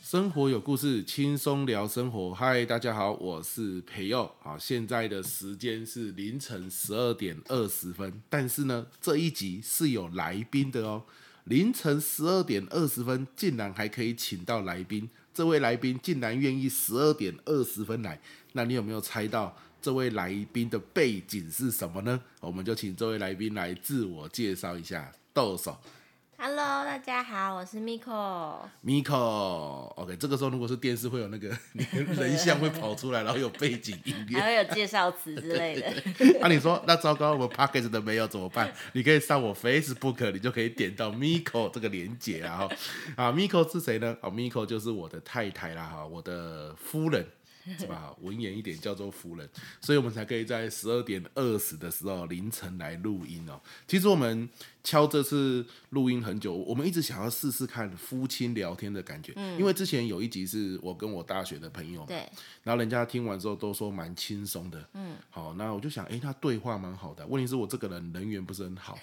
生活有故事，轻松聊生活。嗨，大家好，我是培佑。好，现在的时间是凌晨12:20，但是呢，这一集是有来宾的哦。凌晨12:20，竟然还可以请到来宾，这位来宾竟然愿意12:20来。那你有没有猜到这位来宾的背景是什么呢？我们就请这位来宾来自我介绍一下，豆手。 Hello， 大家好，我是 Miko，OK， 这个时候如果是电视会有那个人像会跑出来，然后有背景音乐， 还会有介绍词之类的。 啊，你说那糟糕，我们 Podcast 的没有怎么办？你可以上我 Facebook， 你就可以点到 Miko 这个连结啦。Miko 是谁呢？Miko 就是我的太太啦，我的夫人。是吧？文言一点叫做夫人，所以我们才可以在12:20的时候凌晨来录音哦。其实我们敲这次录音很久，我们一直想要试试看夫妻聊天的感觉，因为之前有一集是我跟我大学的朋友， 对， 然后人家听完之后都说蛮轻松的，好，那我就想，那对话蛮好的。问题是我这个人缘不是很好。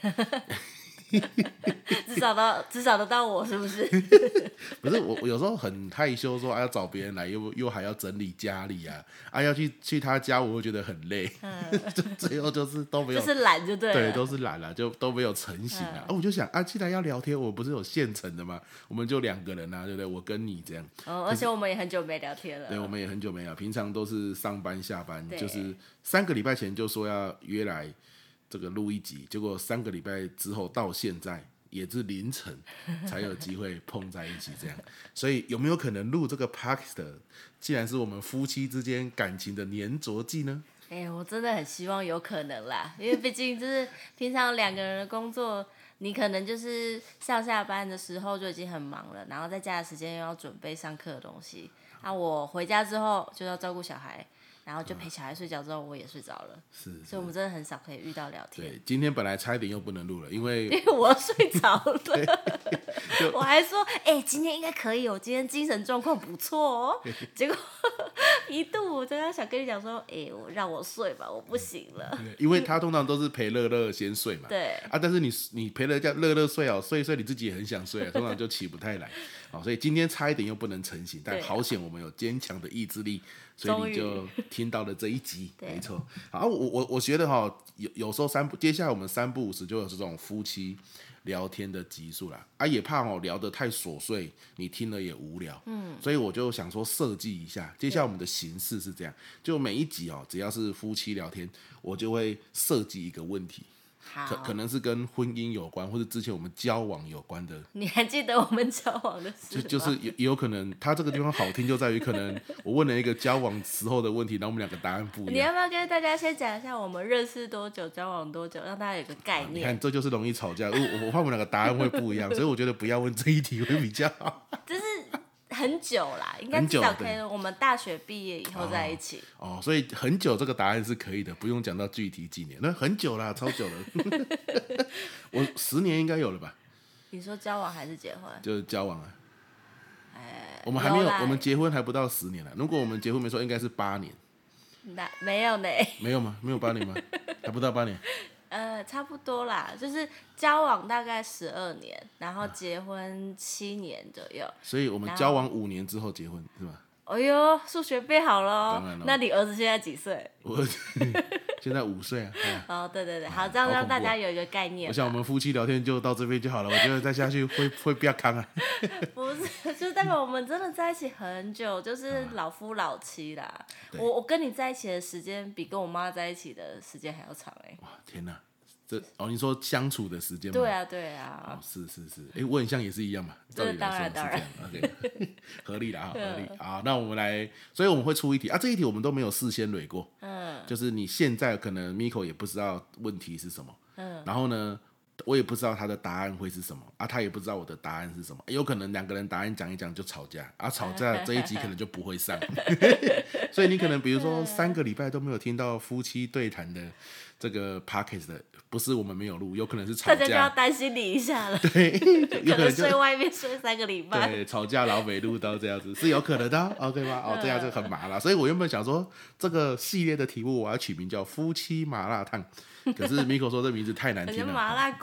至少得到我是不是？ 不是我有时候很害羞说，要找别人来又还要整理家里啊，要去他家我会觉得很累，最后就是都没有， 就是懒就对了， 对，都是懒了，就都没有成型啊。我就想既然要聊天，我不是有现成的吗？我们就2个人啊，对不对？我跟你这样， 而且我们也很久没聊天了， 对，我们也很久没聊，平常都是上班下班，就是3个礼拜前就说要约来这个录一集，结果3个礼拜之后到现在也是凌晨才有机会碰在一起这样，所以有没有可能录这个 podcast 既然是我们夫妻之间感情的粘着剂呢？ 我真的很希望有可能啦，因为毕竟就是平常2个人的工作，你可能就是上下班的时候就已经很忙了，然后在家的时间又要准备上课的东西，我回家之后就要照顾小孩，然后就陪小孩睡觉之后，我也睡着了， 是， 所以我们真的很少可以遇到聊天。 对，今天本来差一点又不能录了，因为我睡着了。我还说，今天应该可以，我今天精神状况不错哦。结果一度我真的想跟你讲说，让我睡吧，我不行了。 因为他通常都是陪乐乐先睡嘛， 对但是你陪乐乐睡睡一睡，你自己也很想睡通常就起不太来，所以今天差一点又不能成型，但好险我们有坚强的意志力。所以你就听到了这一集，没错。好，我觉得有时候接下来我们3不5时就有这种夫妻聊天的集数啦，也怕聊得太琐碎，你听了也无聊，所以我就想说设计一下，接下来我们的形式是这样，就每一集只要是夫妻聊天，我就会设计一个问题。可能是跟婚姻有关，或者之前我们交往有关的。 你还记得我们交往的事吗？ 就是也有可能，他这个地方好听就在于，可能我问了一个交往时候的问题，然后我们2个答案不一样。 你要不要跟大家先讲一下我们认识多久、交往多久，让大家有个概念？ 你看，这就是容易吵架，我怕我们2个答案会不一样，所以我觉得不要问这一题会比较好。 就是很久啦，应该至少可以我们大学毕业以后在一起。 所以很久这个答案是可以的，不用讲到具体几年，那很久啦，超久了。我10年应该有了吧？ 你说交往还是结婚？ 就是交往啊。我们还没有，我们结婚还不到10年了。如果我们结婚没错，应该是8年。 没有呢。 没有吗？没有8年吗？还不到8年。 差不多啦，就是交往大概12年，然后结婚7年左右。 所以我们交往5年之后结婚是吧？ 哎呦，数学背好了。 当然了。 那你儿子现在几岁？ 我现在5岁啊。 对，好，这样让大家有一个概念。 我想我们夫妻聊天就到这边就好了，我觉得再下去会比较康啊。 不是，就是代表我们真的在一起很久，就是老夫老妻啦。我跟你在一起的时间比跟我妈在一起的时间还要长哇，天哪！你说相处的时间吗？ 对啊。 是，我很像也是一样嘛。 这当然 ，OK， 合理啦，合理啊。那我们来，所以我们会出一题这一题我们都没有事先捋过，就是你现在可能 Miko 也不知道问题是什么，然后呢，我也不知道他的答案会是什么他也不知道我的答案是什么，有可能2个人答案讲一讲就吵架吵架这一集可能就不会上，所以你可能比如说3个礼拜都没有听到夫妻对谈的这个 podcast 的，不是我们没有录，有可能是吵架， 大家就要担心你一下了。 对，有可能睡外面睡3个礼拜， 对，吵架老美录到这样子是有可能的，OK 吗？这样就很麻辣。所以我原本想说这个系列的题目我要取名叫夫妻麻辣烫，可是 Miko 说这名字太难听了， 麻辣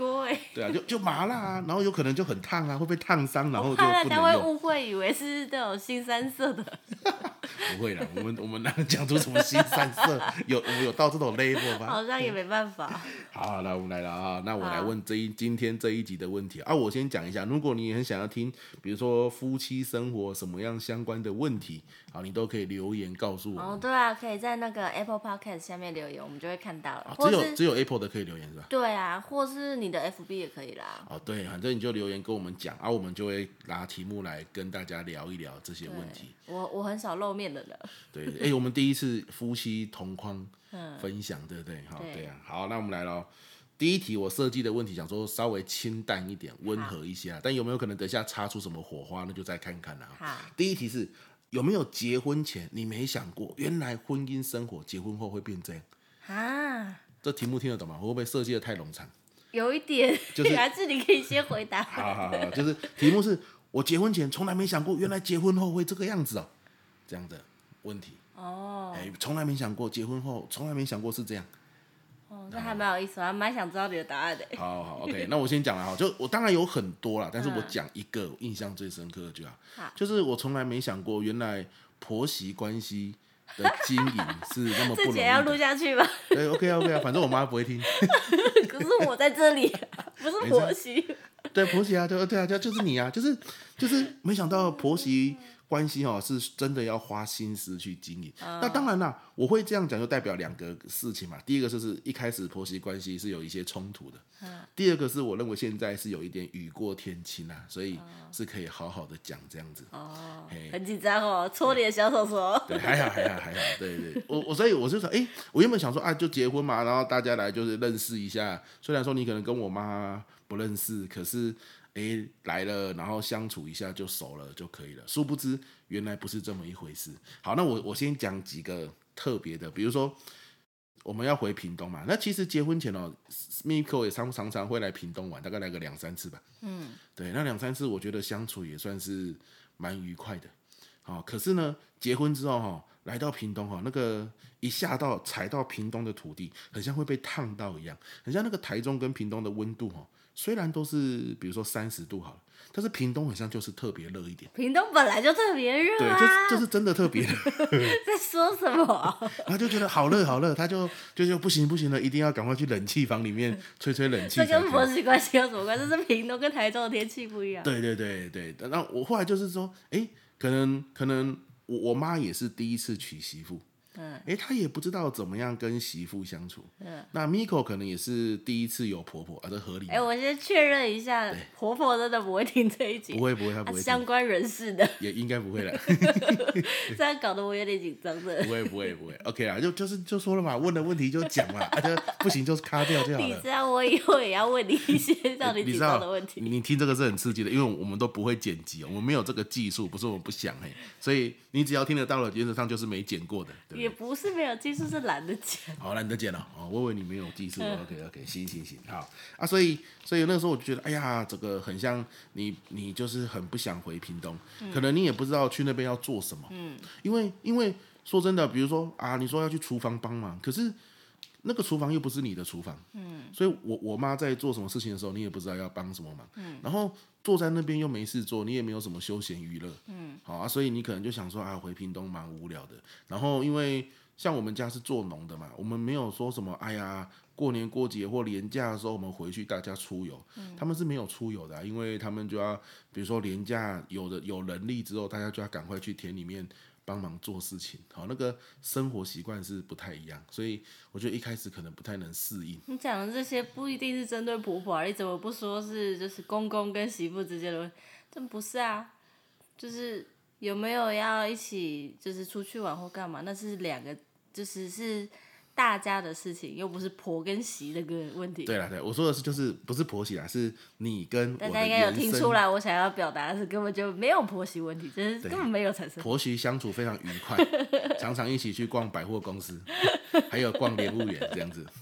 锅哎。 对啊，就麻辣啊，然后有可能就很烫啊，会被烫伤，然后就怕大不能用。 家会误会以为是那种新三色的。 不会啦，我们哪能讲出什么新三色？我们有到这种 level 吗？ 好像也没办法。 好，那我们来了啊，那我来问今天这一集的问题啊。我先讲一下，如果你很想要听，比如说夫妻生活什么样相关的问题，好，你都可以留言告诉我们。 哦，对啊，可以在那个 Apple Podcast 下面留言，我们就会看到了。 只有 Apple 的可以留言是吧？ 对啊，或是你的 FB 也可以啦。 哦，对，反正你就留言跟我们讲，我们就会拿题目来跟大家聊一聊这些问题。 我很少露面的呢。 对，我们第一次夫妻同框分享，对不对？好，对啊，好，那我们来咯。第一题我设计的问题，想说稍微清淡一点，温和一些，但有没有可能等一下擦出什么火花，那就再看看啦。 好， 第一题是有没有结婚前你没想过，原来婚姻生活结婚后会变这样？ 啊， 这题目听得懂吗？会不会设计的太冗长？ 有一点， 就是还是你可以先回答。 好，就是题目是我结婚前从来没想过，原来结婚后会这个样子哦，这样的问题。 哦， 从来没想过结婚后，从来没想过是这样。 哦，这还蛮有意思，我还蛮想知道你的答案的。 好，OK， 那我先讲了哈，就我当然有很多啦，但是我讲一个印象最深刻的就好，就是我从来没想过，原来婆媳关系的经营是那么不容易的。 自己要录下去吗？ 对，OK 啊，反正我妈不会听。 可是我在这里，不是婆媳。 对，婆媳啊，对啊，就是你啊，就是没想到婆媳关系是真的要花心思去经营。那当然啦，我会这样讲就代表两个事情嘛。第一个就是一开始婆媳关系是有一些冲突的，第二个是我认为现在是有一点雨过天晴啊，所以是可以好好的讲这样子。 很紧张哦，搓你的小手手。 对，还好，对，所以我就说，我原本想说就结婚嘛，然后大家来就是认识一下。虽然说你可能跟我妈不认识，可是来了，然后相处一下就熟了就可以了。殊不知原来不是这么一回事。好，那我先讲几个特别的，比如说我们要回屏东嘛，那其实结婚前Miko 也常常会来屏东玩，大概来个2-3次吧。对，那2-3次我觉得相处也算是蛮愉快的。可是呢，结婚之后来到屏东那个一踩到屏东的土地，很像会被烫到一样，很像那个台中跟屏东的温度虽然都是比如说30度好了，但是屏东好像就是特别热一点。 屏东本来就特别热啊。 对，这是真的特别热。 在说什么？ 然后就觉得好热，他就不行了，一定要赶快去冷气房里面吹冷气。 这跟婆媳关系有什么关系？这是屏东跟台中的天气不一样。 对。那我后来就是说，可能我妈也是第一次娶媳妇。她也不知道怎么样跟媳妇相处。那 Miko 可能也是第一次有婆婆，这合理吗？ 我先确认一下，婆婆真的不会听这一集？ 不会，她不会听。 相关人士的也应该不会了。 这样搞得我有点紧张的。 不会 ，OK 啦，就说了嘛，问的问题就讲嘛，就不行就卡掉就好了。 你这样我以后也要问你一些让你紧张的问题。 你听这个是很刺激的，因为我们都不会剪辑，我们没有这个技术，不是我们不想所以你只要听得到了，原则上就是没剪过的，对不对？ 也不是没有技术，是懒得剪。 好，懒得剪了。我以为你没有技术。OK， 行，好啊。所以那时候我就觉得，哎呀，这个很像你就是很不想回屏东，可能你也不知道去那边要做什么。因为说真的，比如说你说要去厨房帮忙，可是那个厨房又不是你的厨房。所以我妈在做什么事情的时候，你也不知道要帮什么忙。然后坐在那边又没事做，你也没有什么休闲娱乐。好所以你可能就想说回屏东蛮无聊的。然后因为像我们家是做农的嘛，我们没有说什么过年过节或连假的时候我们回去大家出游。他们是没有出游的因为他们就要比如说连假有人力之后，大家就要赶快去田里面帮忙做事情。好，那个生活习惯是不太一样，所以我觉得一开始可能不太能适应。 你讲的这些不一定是针对婆婆你怎么不说是就是公公跟媳妇之间的问题？真不是就是有没有要一起就是出去玩或干嘛，那是两个是大家的事情，又不是婆跟媳的个问题。 对啦，我说的是就是不是婆媳啦，是你跟我的大家应该有听出来，我想要表达的是根本就没有婆媳问题，就是根本没有产生婆媳相处非常愉快，常常一起去逛百货公司，还有逛莲雾园这样子。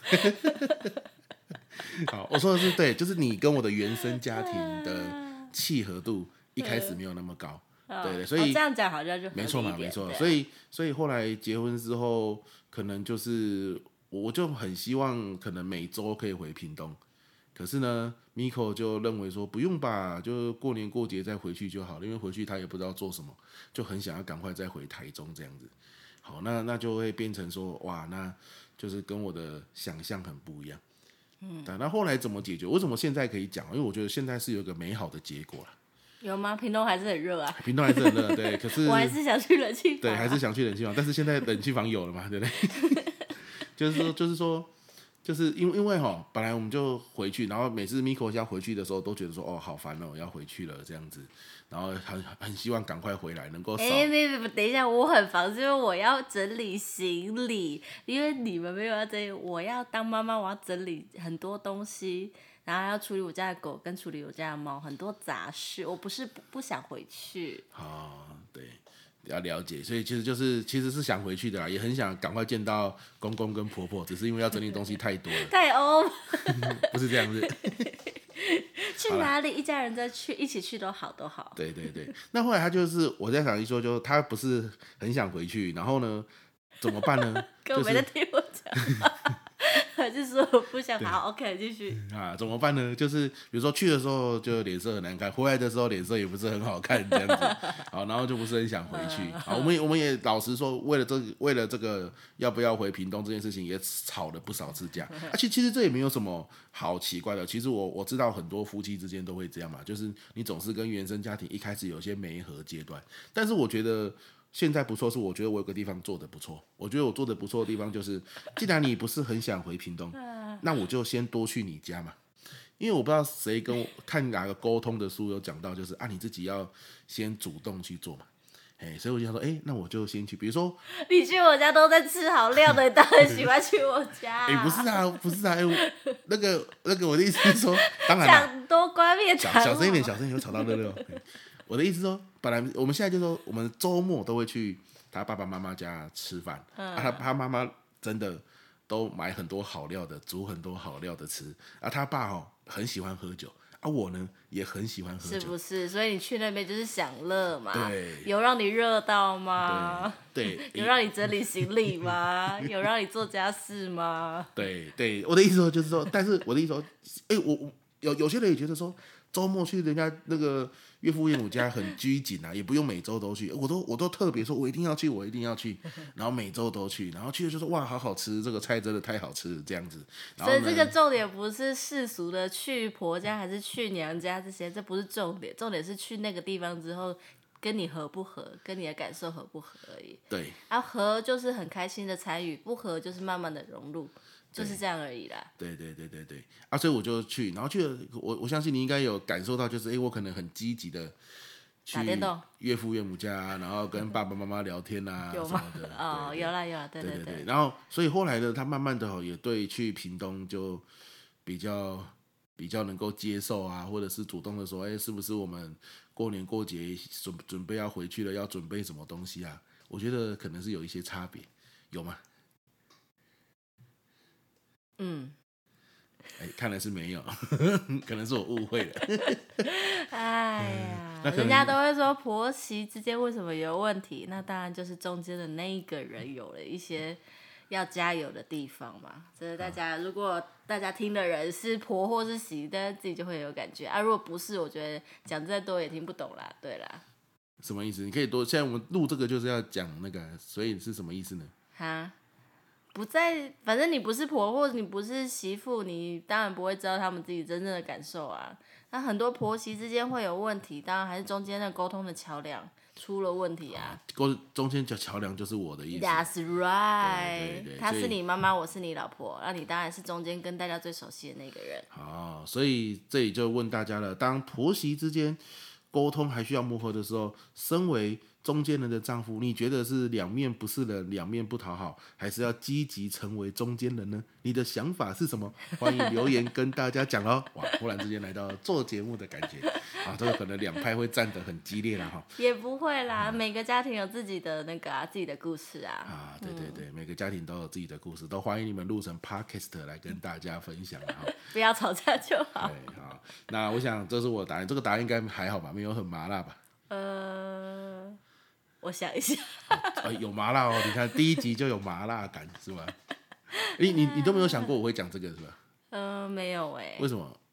好，我说的是对，就是你跟我的原生家庭的契合度一开始没有那么高。对，所以这样讲好像就没错嘛，没错。所以后来结婚之后，可能就是我就很希望可能每周可以回屏东， 可是呢，Miko 就认为说不用吧，就过年过节再回去就好了，因为回去他也不知道做什么，就很想要赶快再回台中这样子。好，那就会变成说，哇，那就是跟我的想象很不一样。那后来怎么解决？为什么现在可以讲？因为我觉得现在是有个美好的结果了。 有吗？屏东还是很热啊。 屏东还是很热，对。可是我还是想去冷气房、 对，还是想去冷气房，但是现在冷气房有了嘛，对不对？就是因为本来我们就回去，然后每次 Miko 要回去的时候，都觉得说好烦哦，要回去了这样子，然后很希望赶快回来，能够少。 等一下，我很烦，是因为我要整理行李，因为你们没有要整理，我要当妈妈，我要整理很多东西，然后还要处理我家的狗跟处理我家的猫，很多杂事。我不是不想回去。 对。要了解，所以其实是想回去的啦，也很想赶快见到公公跟婆婆，只是因为要整理东西太多了， 太欧， 不是这样子。 去哪里一家人再去，一起去都好。 对，那后来他就是我在想一说，就他不是很想回去，然后呢怎么办呢？ 根本没在听我讲。还是说我不想好 ，OK， 继续怎么办呢？就是比如说去的时候就脸色很难看，回来的时候脸色也不是很好看，这样子，好，然后就不是很想回去。好，我们也老实说，为了这个要不要回屏东这件事情，也吵了不少次架。其实这也没有什么好奇怪的。其实我知道很多夫妻之间都会这样嘛，就是你总是跟原生家庭一开始有些磨合阶段，但是我觉得。现在不错，是我觉得我有个地方做的不错。我觉得我做的不错的地方就是，既然你不是很想回屏东，那我就先多去你家嘛。因为我不知道谁跟我看哪个沟通的书有讲到，就是你自己要先主动去做嘛。所以我就想说，那我就先去。比如说， 你去我家都在吃好料的，你当然喜欢去我家。 不是啊，那个，我的意思是说，当然讲多冠冕堂皇， 小声一点，有吵到乐。我的意思说，本来我们现在就说，我们周末都会去他爸爸妈妈家吃饭，他妈妈真的都买很多好料的，煮很多好料的吃，他爸很喜欢喝酒，我呢也很喜欢喝酒， 是不是？所以你去那边就是享乐嘛？ 对， 有让你热到吗？ 对， 有让你整理行李吗？有让你做家事吗？ 对，我的意思说就是说，但是我的意思说，我有些人也觉得说，周末去人家那个岳父岳母家很拘谨啊，也不用每周都去，我都特别说我一定要去，然后每周都去，然后去了就说哇好好吃，这个菜真的太好吃了这样子。 所以这个重点不是世俗的去婆家还是去娘家这些，这不是重点，重点是去那个地方之后跟你合不合，跟你的感受合不合而已。 对， 合就是很开心的参与，不合就是慢慢的融入。就是这样而已啦。 对，所以我就去，然后去了，我相信你应该有感受到，就是我可能很积极的去打电动， 岳父岳母家，然后跟爸爸妈妈聊天啊有吗？ 什么的。 有啦，对。 然后，所以后来呢，他慢慢的也对去屏东就比较能够接受啊，或者是主动的说，是不是我们过年过节准备要回去了，要准备什么东西啊？我觉得可能是有一些差别，有吗？看来是没有，可能是我误会了。 哎呀，人家都会说婆媳之间为什么有问题，那当然就是中间的那一个人有了一些要加油的地方嘛。所以大家如果大家听的人是婆或是媳，大家自己就会有感觉啊。如果不是，我觉得讲再多也听不懂啦。对啦， 什么意思？你可以多。现在我们录这个就是要讲那个，所以是什么意思呢？ 哈。不在，反正你不是婆或者你不是媳妇，你当然不会知道他们自己真正的感受啊。那很多婆媳之间会有问题，当然还是中间的沟通的桥梁出了问题啊。 中间桥梁就是我的意思。 That's right。 对， 她是你妈妈，我是你老婆，那你当然是中间跟大家最熟悉的那个人。 所以这里就问大家了：当婆媳之间沟通还需要磨合的时候，身为中间人的丈夫，你觉得是两面不是人，两面不讨好，还是要积极成为中间人呢？你的想法是什么？欢迎留言跟大家讲哦。哇，忽然之间来到做节目的感觉这个可能两派会战得很激烈啦哈。 也不会啦，每个家庭有自己的那个自己的故事啊。 对，每个家庭都有自己的故事，都欢迎你们录成 podcast 来跟大家分享不要吵架就好。 对，好，那我想这是我答案，这个答案应该还好吧？没有很麻辣吧？ 我想一下。 有麻辣哦！你看第一集就有麻辣感，是吧？你都没有想过我会讲这个是吧？ 没有为什么？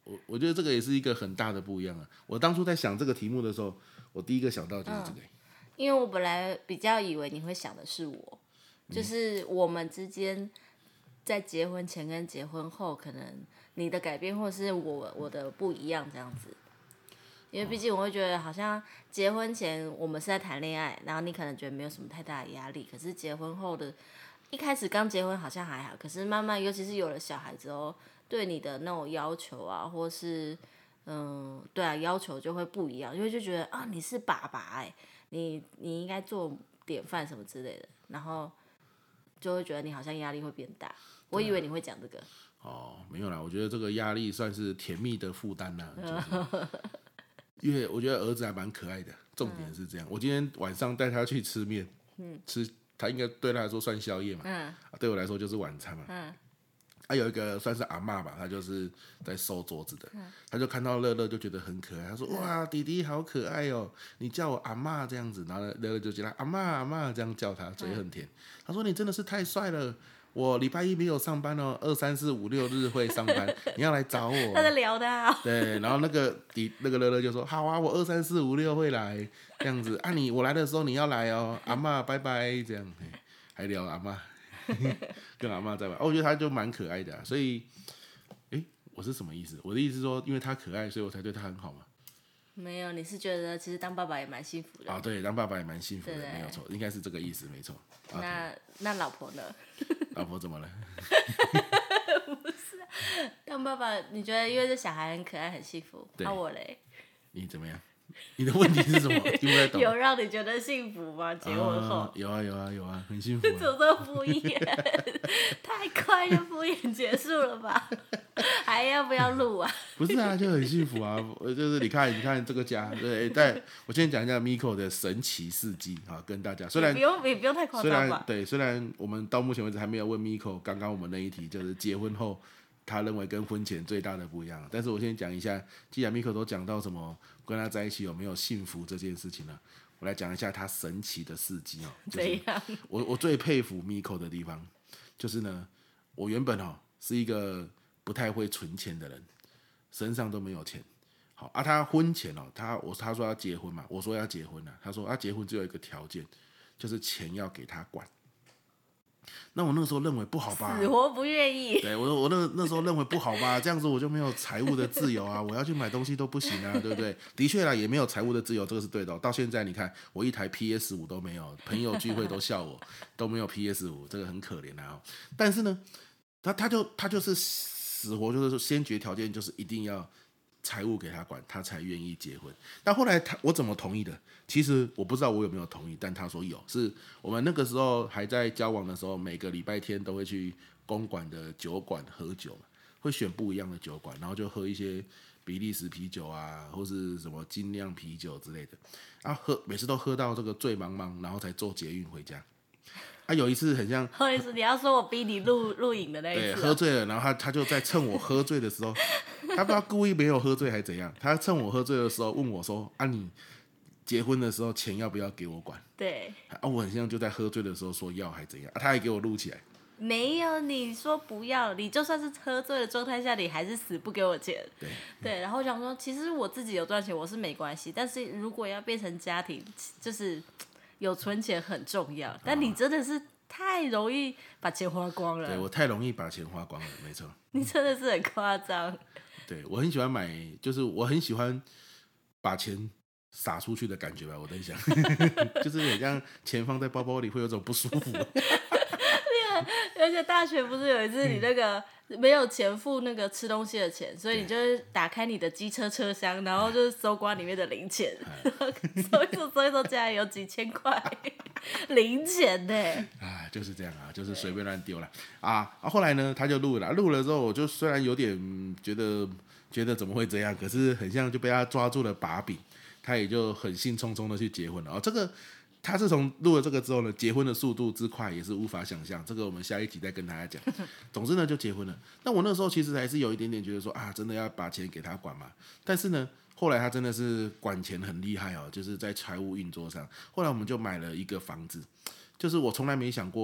我觉得这个也是一个很大的不一样啊。我当初在想这个题目的时候，我第一个想到就是这个。 因为我本来比较以为你会想的是我，就是我们之间在结婚前跟结婚后，可能你的改变或是我的不一样这样子。因为毕竟我会觉得好像结婚前我们是在谈恋爱，然后你可能觉得没有什么太大的压力，可是结婚后的一开始刚结婚好像还好，可是慢慢尤其是有了小孩之后，对你的那种要求啊，或是对啊要求就会不一样，因为就觉得啊你是爸爸你应该做典范什么之类的，然后就会觉得你好像压力会变大。我以为你会讲这个。 没有啦，我觉得这个压力算是甜蜜的负担啦，因为我觉得儿子还蛮可爱的，重点是这样。我今天晚上带他去吃面，吃他应该对他来说算宵夜嘛，对我来说就是晚餐嘛。有一个算是阿嬷吧，她就是在收桌子的，她就看到乐乐就觉得很可爱，她说：“哇，弟弟好可爱哦，你叫我阿嬷这样子。”然后乐乐就叫他阿嬷阿嬷这样叫他，嘴很甜。她说：“你真的是太帅了，我礼拜一没有上班哦，2、3、4、5、6日会上班，你要来找我。” 他在聊他对，然后那个乐乐就说：“好啊，我2、3、4、5、6会来这样子啊，我来的时候你要来哦，阿嬷拜拜这样。”还聊阿嬷。跟阿嬷在玩，我觉得他就蛮可爱的啊，所以，我是什么意思？我的意思是说，因为他可爱，所以我才对他很好嘛。 没有，你是觉得其实当爸爸也蛮幸福的对，当爸爸也蛮幸福的， 对没有错，应该是这个意思，没错。 那老婆呢？ 老婆怎么了？ 不是当爸爸，你觉得因为这小孩很可爱很幸福，那我嘞？ 你怎么样？你的问题是什么？听不太懂。 有让你觉得幸福吗？结婚后？ 有啊，很幸福。 怎么这么敷衍？太快就敷衍结束了吧？还要不要录啊？ 不是啊，就很幸福啊。就是你看这个家，对，但我先讲一下 Miko 的神奇事迹啊，跟大家。虽然也不用太夸张吧。 虽然我们到目前为止还没有问 Miko 刚刚我们那一题，就是结婚后他认为跟婚前最大的不一样。但是我先讲一下，既然 Miko 都讲到什么跟他在一起有没有幸福这件事情呢，我来讲一下他神奇的事迹哦。 怎样？ 我最佩服 Miko 的地方，就是呢，我原本是一个不太会存钱的人，身上都没有钱。好啊，他婚前他说要结婚嘛，我说要结婚了，他说结婚只有一个条件，就是钱要给他管。那我那个时候认为不好吧， 死活不愿意。 对，我那时候认为不好吧，这样子我就没有财务的自由啊，我要去买东西都不行啊，对不对？的确啦，也没有财务的自由，这个是对的。到现在你看，我一台 PS5 都没有，朋友聚会都笑我都没有 PS5，这个很可怜啊。但是呢，他就是死活就是先决条件就是一定要财务给他管，他才愿意结婚。但后来我怎么同意的？其实我不知道我有没有同意，但他说有，是我们那个时候还在交往的时候，每个礼拜天都会去公馆的酒馆喝酒嘛，会选不一样的酒馆，然后就喝一些比利时啤酒啊，或是什么精酿啤酒之类的，每次都喝到这个醉茫茫，然后才坐捷运回家。有一次很像， 不好意思，你要说我逼你录影的那一次。 对，喝醉了，然后他就在趁我喝醉的时候，他不知道故意没有喝醉还是怎样，他趁我喝醉的时候问我说：“你结婚的时候钱要不要给我管？” 对。 我很像就在喝醉的时候说要还怎样，他还给我录起来。 没有，你说不要，你就算是喝醉的状态下，你还是死不给我钱。对，然后我想说，其实我自己有赚钱，我是没关系，但是如果要变成家庭，就是有存钱很重要。但你真的是太容易把钱花光了。 对，我太容易把钱花光了，没错。 你真的是很夸张。 对，我很喜欢买，就是我很喜欢把钱撒出去的感觉吧，我在想，就是很像钱放在包包里会有种不舒服。 而且大学不是有一次你那个没有钱付那个吃东西的钱，所以你就打开你的机车车厢，然后就是搜刮里面的零钱，搜一搜，竟然有几千块零钱呢。 就是这样啊，就是随便乱丢了后来呢，他就录了之后，我就虽然有点觉得怎么会这样，可是很像就被他抓住了把柄，他也就很兴冲冲的去结婚了。这个他是从录了这个之后呢，结婚的速度之快也是无法想象。这个我们下一集再跟大家讲。总之呢，就结婚了。那我那时候其实还是有一点点觉得说真的要把钱给他管嘛。但是呢，后来他真的是管钱很厉害就是在财务运作上。后来我们就买了一个房子，就是我从来没想过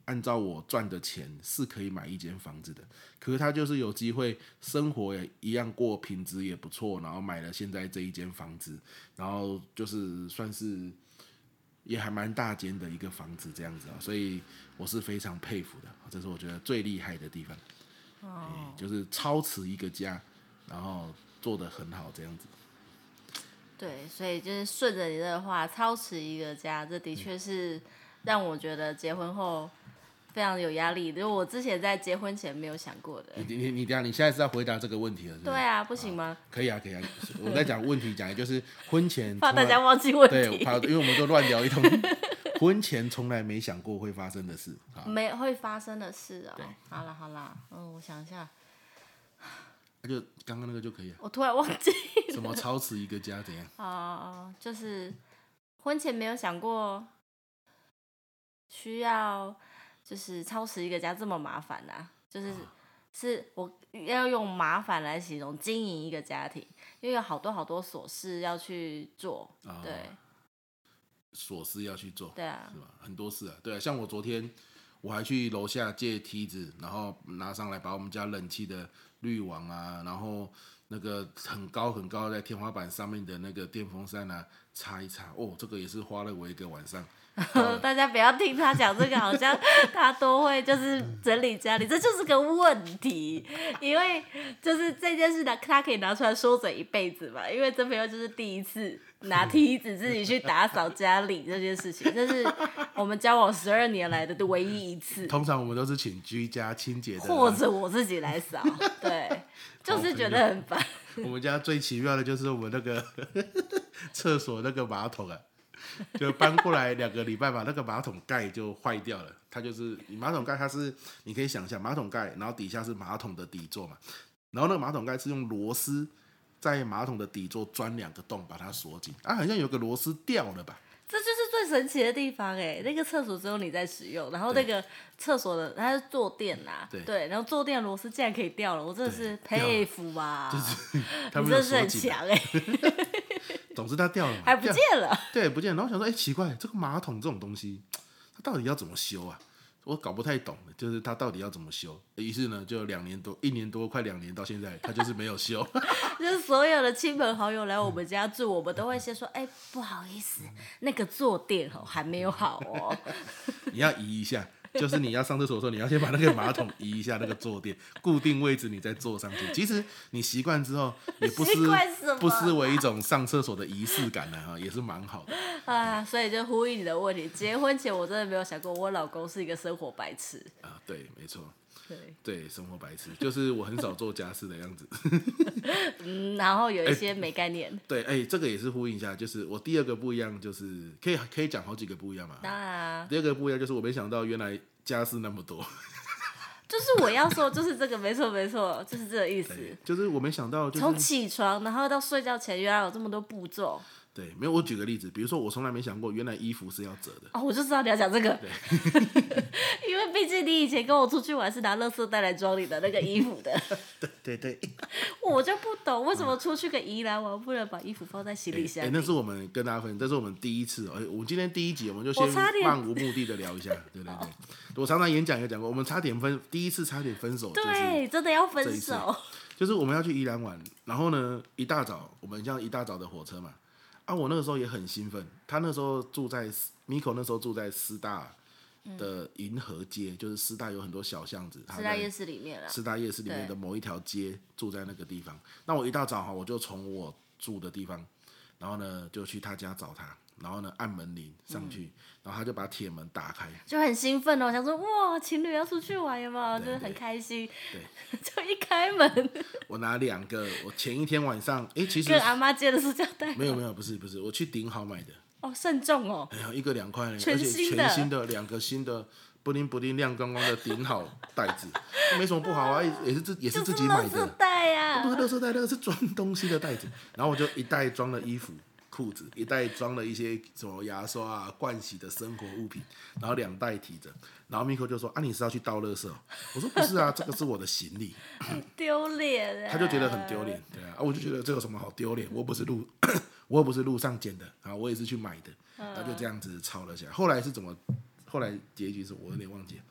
按照我赚的钱是可以买一间房子的，可是他就是有机会生活也一样过，品质也不错，然后买了现在这一间房子，然后就是算是也还蛮大间的一个房子这样子所以我是非常佩服的，这是我觉得最厉害的地方。就是操持一个家，然后做得很好这样子。 对，所以就是顺着你的话，操持一个家，这的确是让我觉得结婚后非常有压力，因为我之前在结婚前没有想过的。 你等一下，你现在是要回答这个问题了是不是？ 对啊，不行吗？ 可以啊，可以啊。我在讲问题，讲的就是婚前怕大家忘记问题。 对，因为我们都乱聊一通。婚前从来没想过会发生的事， 没会发生的事哦。好啦，我想一下。 就刚刚那个就可以了。 我突然忘记了。 什么操持一个家怎样？ 就是婚前没有想过需要就是操持一个家这么麻烦啊，是我要用麻烦来形容经营一个家庭，因为有好多琐事要去做，对， 琐事要去做， 对啊， 是吧？很多事啊，对啊，像我昨天我还去楼下借梯子，然后拿上来把我们家冷气的滤网啊，然后那个很高在天花板上面的那个电风扇啊擦一擦，这个也是花了我一个晚上。 大家不要听他讲这个，好像他都会就是整理家里，这就是个问题。因为就是这件事他可以拿出来说嘴一辈子嘛，因为这朋友就是第一次拿梯子自己去打扫家里这件事情，这是我们交往12年来的唯一一次。 通常我们都是请居家清洁的， 或者我自己来扫，对，就是觉得很烦。 我们家最奇妙的就是我们那个厕所那个马桶啊。就搬过来2个礼拜吧，那个马桶盖就坏掉了。它就是马桶盖，它是你可以想象马桶盖，然后底下是马桶的底座嘛，然后那个马桶盖是用螺丝在马桶的底座钻2个洞把它锁紧，好像有个螺丝掉了吧。 这就是最神奇的地方那个厕所只有你在使用，然后那个厕所的它是坐垫对，然后坐垫螺丝竟然可以掉了，我真的是佩服吧， 就是他们你真的是很强总之它掉了嘛， 还不见了， 对，不见了。然后想说，奇怪，这个马桶这种东西，它到底要怎么修啊？我搞不太懂，就是它到底要怎么修。于是呢，就1年多，快2年到现在，它就是没有修。 就是所有的亲朋好友来我们家住，我们都会先说，不好意思，那个坐垫还没有好哦。 你要移一下。就是你要上厕所的时候，你要先把那个马桶移一下，那个坐垫固定位置，你再坐上去。其实你习惯之后，也不失为一种上厕所的仪式感也是蛮好的所以就呼应你的问题，结婚前我真的没有想过我老公是一个生活白痴对，没错。对，生活白痴就是我很少做家事的样子。 然后有一些没概念。 对，这个也是呼应一下，就是我第2个不一样，就是可以讲好几个不一样嘛。 当然第2个不一样就是我没想到原来家事那么多。 就是我要说，就是这个没错，就是这个意思。 就是我没想到， 从起床然后到睡觉前，原来有这么多步骤。 对，没有。我举个例子，比如说我从来没想过，原来衣服是要折的。 我就知道你要讲这个。因为毕竟你以前跟我出去玩是拿垃圾袋来装你的那个衣服的。 对。 我就不懂为什么出去个宜兰玩不能把衣服放在行李箱里。 那是我们跟大家分享，这是我们第一次。我们今天第1集我们就先漫无目的的聊一下。对。我常常演讲也讲过，我们第一次差点分手。 对，真的要分手。 就是我们要去宜兰玩，然后呢，一大早我们像一大早的火车嘛。我那个时候也很兴奋。他那时候住在Miko，那时候住在师大的银河街，就是师大有很多小巷子， 师大夜市里面了。 师大夜市里面的某一条街，住在那个地方。那我一大早我就从我住的地方，然后呢就去他家找他，然后呢按门铃上去，然后他就把铁门打开， 就很兴奋想说哇，情侣要出去玩有没有？就是很开心。 对， 就一开门， 我拿2个，我前一天晚上其实跟阿妈借的塑胶袋。 没有，不是，我去顶好买的。 慎重哦。 1个2块，而且全新的2个新的不灵亮光光的顶好袋子，没什么不好啊，也是自己买的。 就是垃圾袋呀。 不是垃圾袋，那个是装东西的袋子。然后我就一袋装了衣服、裤子，一袋装了一些什么牙刷啊、盥洗的生活物品，然后2袋提着。然后 Miko 就说：“你是要去倒垃圾？”我说：“不是啊，这个是我的行李。” 很丢脸。 他就觉得很丢脸，对啊，我就觉得这有什么好丢脸？我又不是路上捡的我也是去买的。然后就这样子吵了起来。后来结局是我有点忘记了。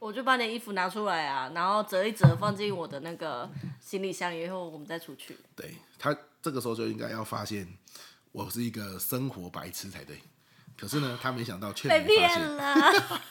我就把你的衣服拿出来啊，然后折一折放进我的那个行李箱，以后我们再出去。 对，他这个时候就应该要发现我是一个生活白痴才对。可是呢，他没想到却没被发现。 骗了。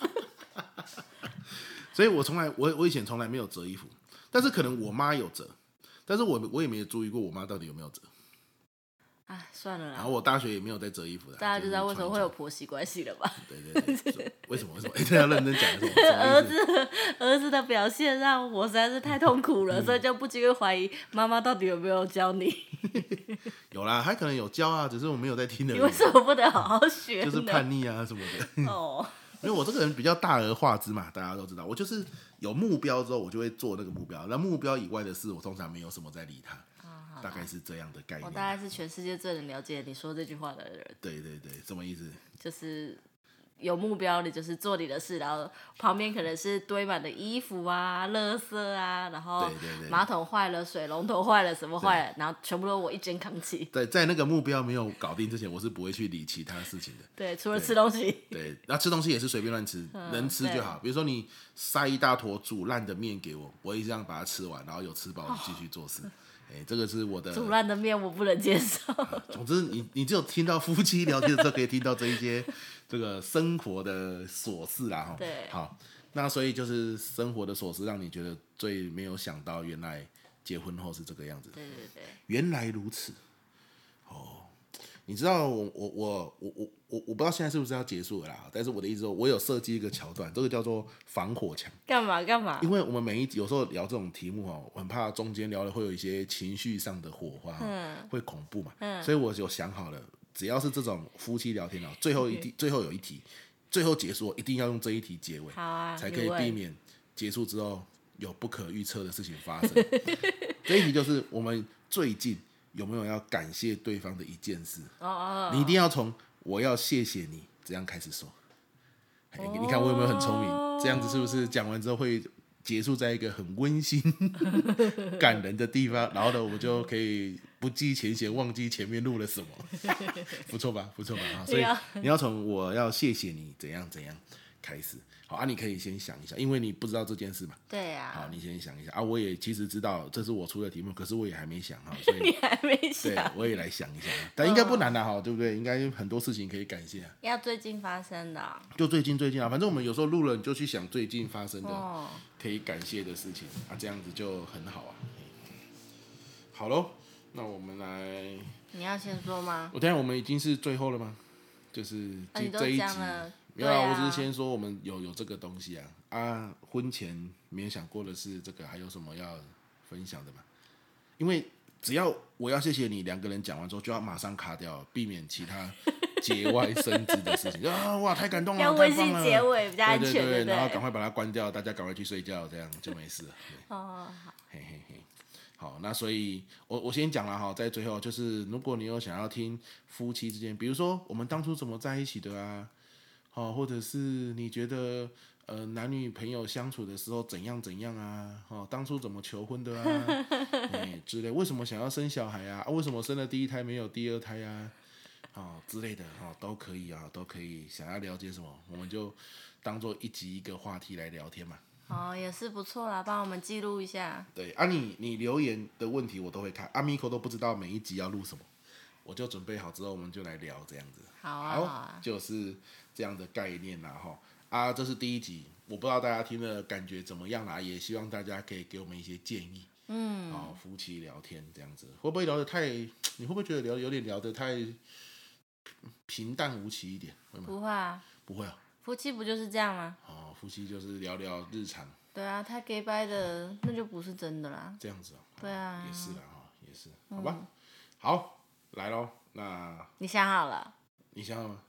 所以我以前从来没有折衣服，但是可能我妈有折，但是我也没有注意过我妈到底有没有折。 哎，算了啦。 然后我大学也没有在折衣服的。 大家就知道为什么会有婆媳关系了吧？ 对，为什么？这要认真讲的是儿子的表现让我实在是太痛苦了，所以就不禁会怀疑妈妈到底有没有教你。 有啦，他可能有教啊，只是我没有在听而已。 你为什么不能好好学呢？ 就是叛逆啊什么的。哦，因为我这个人比较大而化之嘛，大家都知道，我就是有目标之后，我就会做那个目标。那目标以外的事，我通常没有什么在理他。大概是这样的概念。 我大概是全世界最能了解你说这句话的人。 对，什么意思？ 就是有目标，你就是做你的事，然后旁边可能是堆满的衣服啊、垃圾啊，然后马桶坏了、水龙头坏了、什么坏了，然后全部都我一肩扛起。 对，在那个目标没有搞定之前，我是不会去理其他事情的。 对，除了吃东西。 对，然后吃东西也是随便乱吃，能吃就好。比如说你塞一大坨煮烂的面给我，我也这样把它吃完，然后有吃饱继续做事。这个是我的煮烂的面，我不能接受。 总之你只有听到夫妻聊天的时候，可以听到这一些这个生活的琐事啦。 对， 好，那所以就是生活的琐事，让你觉得最没有想到，原来结婚后是这个样子。 对， 原来如此。哦，你知道我不知道现在是不是要结束了啦，但是我的意思说，我有设计一个桥段，这个叫做防火墙。 干嘛？ 因为我们每一集有时候聊这种题目我很怕中间聊的会有一些情绪上的火花，会恐怖嘛，所以我就想好了，只要是这种夫妻聊天最后有一题，最后结束一定要用这一题结尾， 好啊， 才可以避免结束之后有不可预测的事情发生。这一题就是我们最近有没有要感谢对方的一件事？你一定要从我要谢谢你这样开始说。你看我有没有很聪明？这样子是不是讲完之后会结束在一个很温馨、感人的地方？然后呢，我们就可以不计前嫌，忘记前面录了什么，不错吧？所以你要从我要谢谢你怎样开始。好啊，你可以先想一下，因为你不知道这件事嘛。 对啊。 好，你先想一下啊。我也其实知道这是我出的题目，可是我也还没想哈。所以你还没想？ 对，我也来想一下，但应该不难的哈，对不对？应该有很多事情可以感谢。 要最近发生的。 就最近啊，反正我们有时候录了，你就去想最近发生的可以感谢的事情啊，这样子就很好啊。好咯，那我们来。 你要先说吗？ 我等一下我们已经是最后了吗？就是这一集。没有啊，我只是先说我们有这个东西啊。婚前没有想过的是这个，还有什么要分享的吗？因为只要我要谢谢你，两个人讲完之后就要马上卡掉，避免其他节外生枝的事情。哇，太感动了， 要温馨结尾比较安全， 对，然后赶快把它关掉，大家赶快去睡觉，这样就没事了。 好。 好，那所以我先讲了哈，在最后就是如果你有想要听夫妻之间，比如说我们当初怎么在一起的啊，或者是你觉得男女朋友相处的时候怎样啊，当初怎么求婚的啊，之类，为什么想要生小孩啊，为什么生了第一胎没有第二胎啊，之类的都可以啊，都可以。想要了解什么，我们就当做一集一个话题来聊天嘛。 也是不错啦，帮我们记录一下。 对啊，你留言的问题我都会看，Miko 都不知道每一集要录什么，我就准备好之后我们就来聊这样子。 好， 就是这样的概念啦哈。这是第一集，我不知道大家听的感觉怎么样啦，也希望大家可以给我们一些建议。夫妻聊天这样子会不会聊得太？你会不会觉得有点聊得太平淡无奇一点？会吗？ 不会啊， 不会啊。 夫妻不就是这样吗？ 夫妻就是聊聊日常。 对啊，太 gay 掰的那就不是真的啦。 这样子对啊。 也是啦也是，好吧。好，来咯，那你想好了？ 你想好了吗？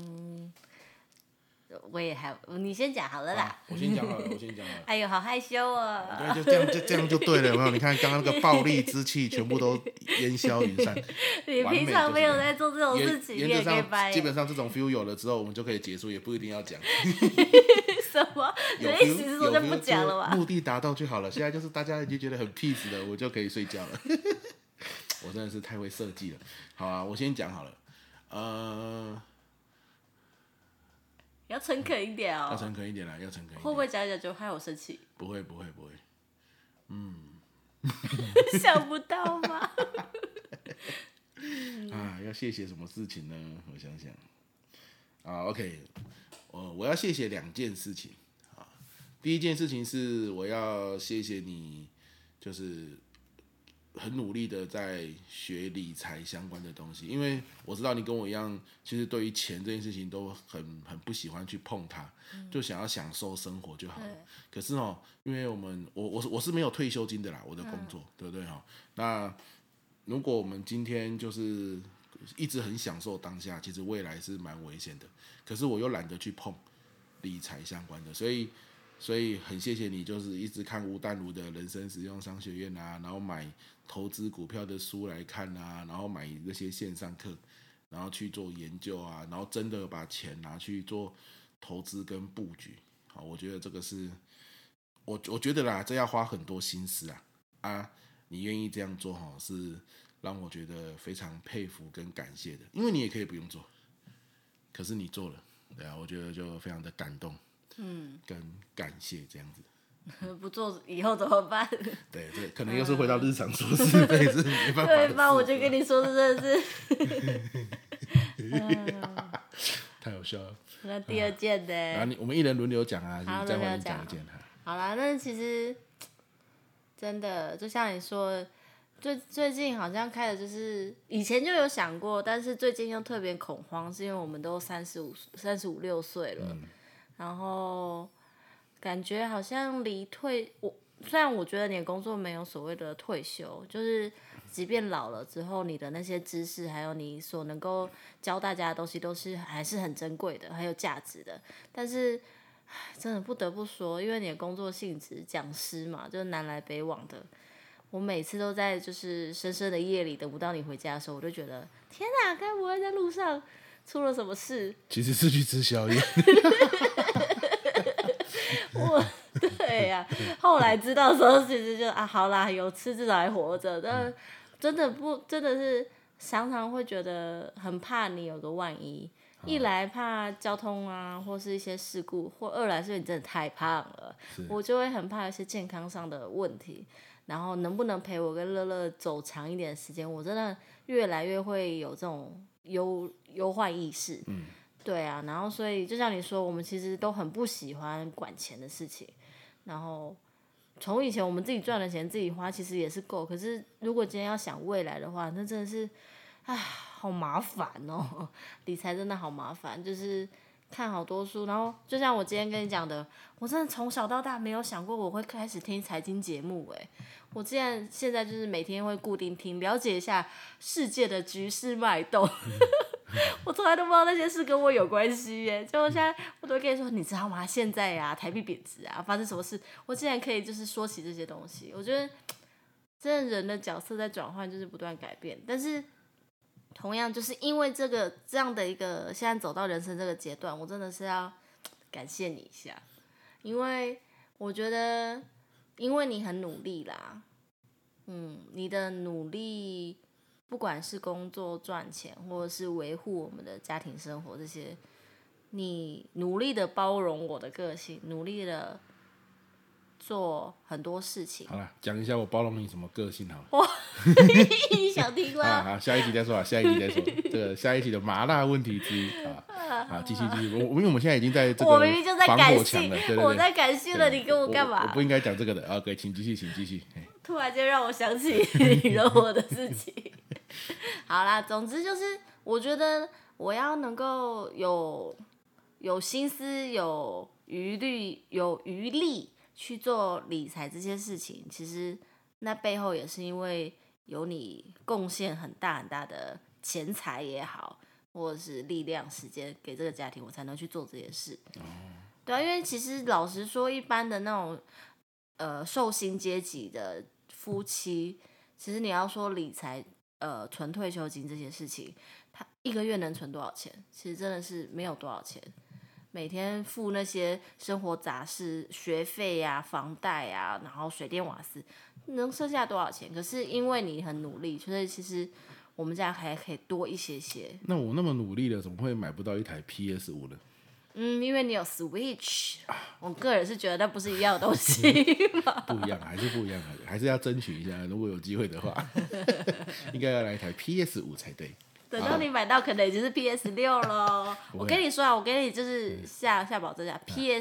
我也还，你先讲好了啦。 我先讲好了。 哎呦，好害羞哦。 对，就这样就对了，有没有？你看刚刚那个暴力之气全部都烟消云散。 你平常没有在做这种事情， 原则上基本上这种 feel 有了之后，我们就可以结束，也不一定要讲。 什么？你的意思是说就不讲了吗？ 目的达到就好了。现在就是大家已经觉得很 peace 了，我就可以睡觉了。我真的是太会设计了。好啊，我先讲好了。 要诚恳一点哦。 要诚恳一点啦，要诚恳一点。 会不会讲一讲就害我生气？ 不会。 想不到吗？ 要谢谢什么事情呢？我想想。OK， 我要谢谢2件事情。第一件事情是我要谢谢你，就是很努力的在学理财相关的东西，因为我知道你跟我一样，其实对于钱这件事情都很不喜欢去碰它，就想要享受生活就好了。可是因为我是没有退休金的啦，我的工作，对不对那如果我们今天就是一直很享受当下，其实未来是蛮危险的。可是我又懒得去碰理财相关的，所以很谢谢你，就是一直看吴淡如的人生实用商学院啊，然后买投资股票的书来看啊，然后买那些线上课，然后去做研究啊，然后真的把钱拿去做投资跟布局。好，我觉得这个是我觉得啦，这要花很多心思你愿意这样做是让我觉得非常佩服跟感谢的，因为你也可以不用做，可是你做了，对啊，我觉得就非常的感动。跟感谢这样子。 不做以后怎么办？ 对，这可能又是回到日常说事，这也是没办法的事。 对吧？我就跟你说，真的是太好笑了。 那第2件呢？ 然后我们一人轮流讲啊， 好， 再换你讲一件。 好啦，那其实真的就像你说，最近好像开的就是以前就有想过，但是最近又特别恐慌，是因为我们都35、36岁了。然后感觉好像虽然我觉得你的工作没有所谓的退休，就是即便老了之后，你的那些知识还有你所能够教大家的东西都是还是很珍贵的，很有价值的。但是真的不得不说，因为你的工作性质讲师嘛，就是南来北往的，我每次都在就是深深的夜里等不到你回家的时候，我就觉得天哪，该不会在路上出了什么事？ 其实是去吃宵夜。 对呀、后来知道的时候，其实就好啦，有吃至少还活着。但真的是常常会觉得很怕你有个万一，一来怕交通啊，或是一些事故，或二来是你真的太胖了，我就会很怕一些健康上的问题。然后能不能陪我跟乐乐走长一点的时间，我真的越来越会有这种忧患意识。对啊，然后所以就像你说，我们其实都很不喜欢管钱的事情。然后从以前我们自己赚的钱自己花，其实也是够。可是如果今天要想未来的话，那真的是，好麻烦哦！理财真的好麻烦，就是看好多书，然后就像我今天跟你讲的，我真的从小到大没有想过我会开始听财经节目。我现在就是每天会固定听，了解一下世界的局势脉动。我从来都不知道那些事跟我有关系耶，就现在我都会跟你说，你知道吗？现在台币贬值发生什么事，我竟然可以就是说起这些东西。我觉得真的人的角色在转换，就是不断改变。但是同样就是因为这样的一个现在走到人生这个阶段，我真的是要感谢你一下，因为我觉得因为你很努力啦，你的努力。不管是工作赚钱，或者是维护我们的家庭生活，这些，你努力的包容我的个性，努力的做很多事情。 好了，讲一下我包容你什么个性好了。 哇，你想听吗？ 好，下一集再说。这个下一集的麻辣问题之一好，继续。因为我们现在已经在这个我明明就在感性， 对， 我在感性了，你跟我干嘛？ 我不应该讲这个的。OK，请继续。 突然间让我想起你惹我的事情。好啦，总之就是我觉得我要能够有心思、有余力去做理财这些事情，其实那背后也是因为有你贡献很大很大的钱财也好，或者是力量、时间给这个家庭，我才能去做这些事。对啊，因为其实老实说，一般的那种受薪阶级的夫妻，其实你要说理财。存退休金这些事情，他一个月能存多少钱？其实真的是没有多少钱。每天付那些生活杂事、学费啊、房贷啊，然后水电瓦斯，能剩下多少钱？可是因为你很努力，所以其实我们家还可以多一些些。 那我那么努力了，怎么会买不到一台 PS5 呢？ 因为你有 Switch，我个人是觉得那不是一样的东西嘛。 不一样，还是不一样的，还是要争取一下。如果有机会的话，应该要来一台 PS5 才对。 等到你买到，可能已经是 PS6 了。我跟你说啊，我给你就是下保证价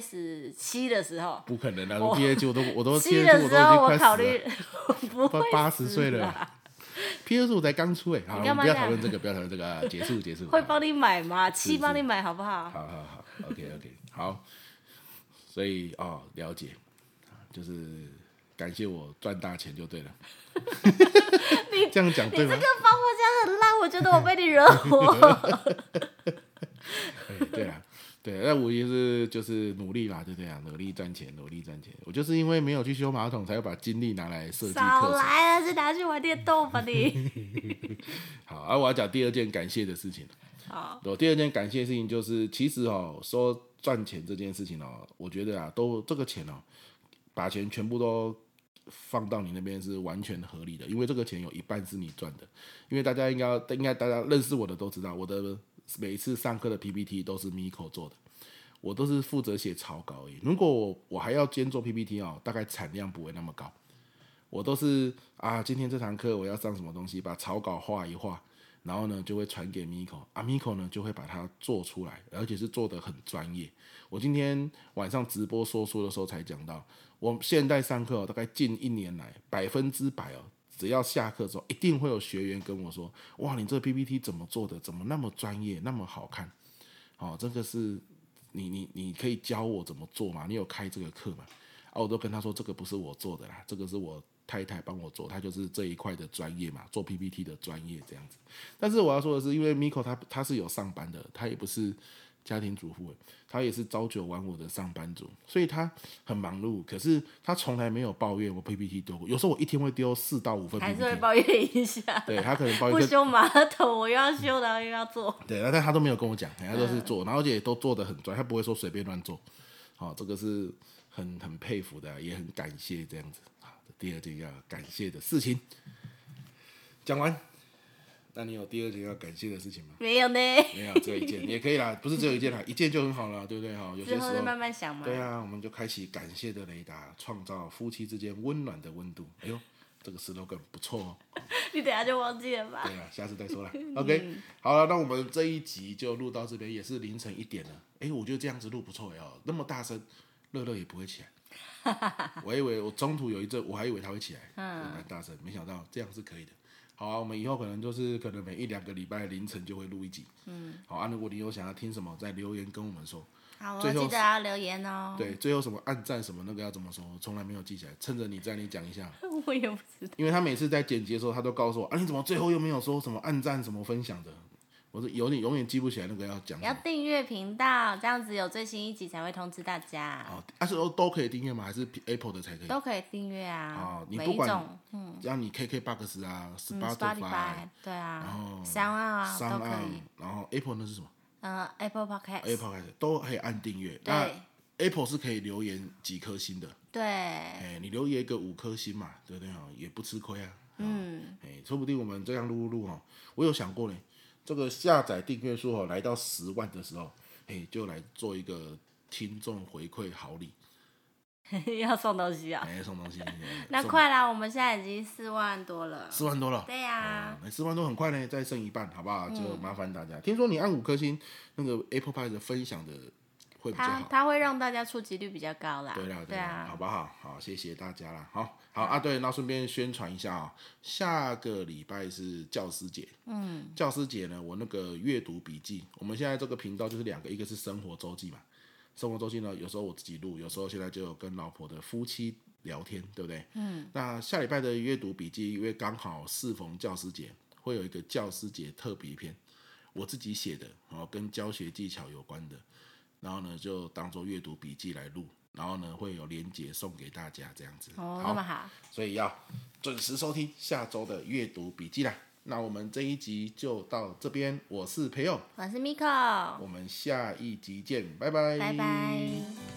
，PS7的时候。 不可能啊！我 PS 我都 7的时候我考虑，不会 80岁了啦。PS5 才刚出好，我们不要讨论这个，不要讨论这个，结束。 会帮你买吗？7帮你买好不好？ 好 ，OK， 好。所以了解，就是感谢我赚大钱就对了。这样讲对吗？ 你这个防火墙很烂，我觉得我被你惹火。 对啊，对，那我也是就是努力啦，对不对啊？努力赚钱。我就是因为没有去修马桶，才会把精力拿来设计课程。 少来了，是拿去玩电动吧你？ 好，我要讲第二件感谢的事情。 好， 第二件感谢的事情就是，其实说赚钱这件事情我觉得都这个钱把钱全部都放到你那边是完全合理的，因为这个钱有一半是你赚的。因为大家应该大家认识我的都知道，我的每一次上课的 PPT 都是 Miko 做的，我都是负责写草稿而已。如果我还要兼做 PPT 大概产量不会那么高。我都是今天这堂课我要上什么东西，把草稿画一画，然后呢就会传给 Miko，Miko 呢就会把它做出来，而且是做得很专业。我今天晚上直播说书的时候才讲到，我现在上课大概近1年来100%只要下课之后，一定会有学员跟我说：“哇，你这个 PPT 怎么做的？怎么那么专业，那么好看？这个是你可以教我怎么做吗？你有开这个课吗？”我都跟他说：“这个不是我做的啦，这个是我太太帮我做，她就是这一块的专业嘛，做 PPT 的专业这样子。”但是我要说的是，因为 Miko 他是有上班的，他也不是家庭主妇，他也是朝9晚5的上班族，所以他很忙碌。可是他从来没有抱怨我 PPT 丢过，有时候我一天会丢4到5份 PPT， 还是会抱怨一下。 对，他可能抱怨不修马桶，我又要修，然后又要做。 对，但他都没有跟我讲，他都是做，然后而且都做得很专，他不会说随便乱做。这个是很佩服的，也很感谢这样子。第二件要感谢的事情讲完。那你有第二件要感谢的事情吗？ 没有呢， 没有，只有一件也可以啦，不是只有一件啦，一件就很好了，对不对？有些时候之后再慢慢想嘛。 对啊，我们就开启感谢的雷达，创造夫妻之间温暖的温度。哎呦，这个 slogan 不错哦。 你等下就忘记了吧？ 对啊，下次再说啦。OK， 好了，那我们这一集就录到这边，也是凌晨1点了。我觉得这样子录不错那么大声，乐乐也不会起来。我以为我中途有一阵，我还以为他会起来，蛮大声，没想到这样是可以的。好啊，我们以后可能每1-2个礼拜凌晨就会录一集。好啊，如果你有想要听什么，再留言跟我们说。 好，我记得要留言哦。 对，最后什么按赞什么那个要怎么说，我从来没有记起来。趁着你在，你讲一下。 我也不知道， 因为他每次在剪辑的时候，他都告诉我你怎么最后又没有说什么按赞什么分享的。我是永远记不起来那个要讲什么。 要订阅频道，这样子有最新一集才会通知大家。 是都可以订阅吗？还是 Apple 的才可以？ 都可以订阅啊。 你不管让你 KKBOX 啊 ，Spotify， 对啊， 然后 Sound都可以。 然后 Apple 那是什么 ？Apple Podcast 都可以按订阅。 对， 那 Apple 是可以留言几颗星的。 对。 你留言个5颗星嘛，对不对也不吃亏啊。说不定我们这样录我有想过呢。这个下载订阅数来到10万的时候，就来做一个听众回馈好礼。 要送东西啊？ 送东西。 那快啦，我们现在已经4万多了。 4万多了。 对呀。 4万多很快呢，再剩一半，好不好？就麻烦大家。听说你按5颗星，那个 Apple Pie 的分享的会比较好。 它会让大家触及率比较高啦。 对啊，好不好？好，谢谢大家啦。好对，那顺便宣传一下下个礼拜是教师节。教师节呢，我那个阅读笔记，我们现在这个频道就是2个，一个是生活周记嘛。生活周记呢，有时候我自己录，有时候现在就有跟老婆的夫妻聊天，对不对？那下礼拜的阅读笔记，因为刚好适逢教师节，会有一个教师节特别篇，我自己写的，跟教学技巧有关的，然后呢就当做阅读笔记来录。然后呢，会有连结送给大家，这样子。 那么好。 所以要准时收听下周的阅读笔记啦。那我们这一集就到这边，我是培佑， 我是 Miko， 我们下一集见，拜拜， 拜拜。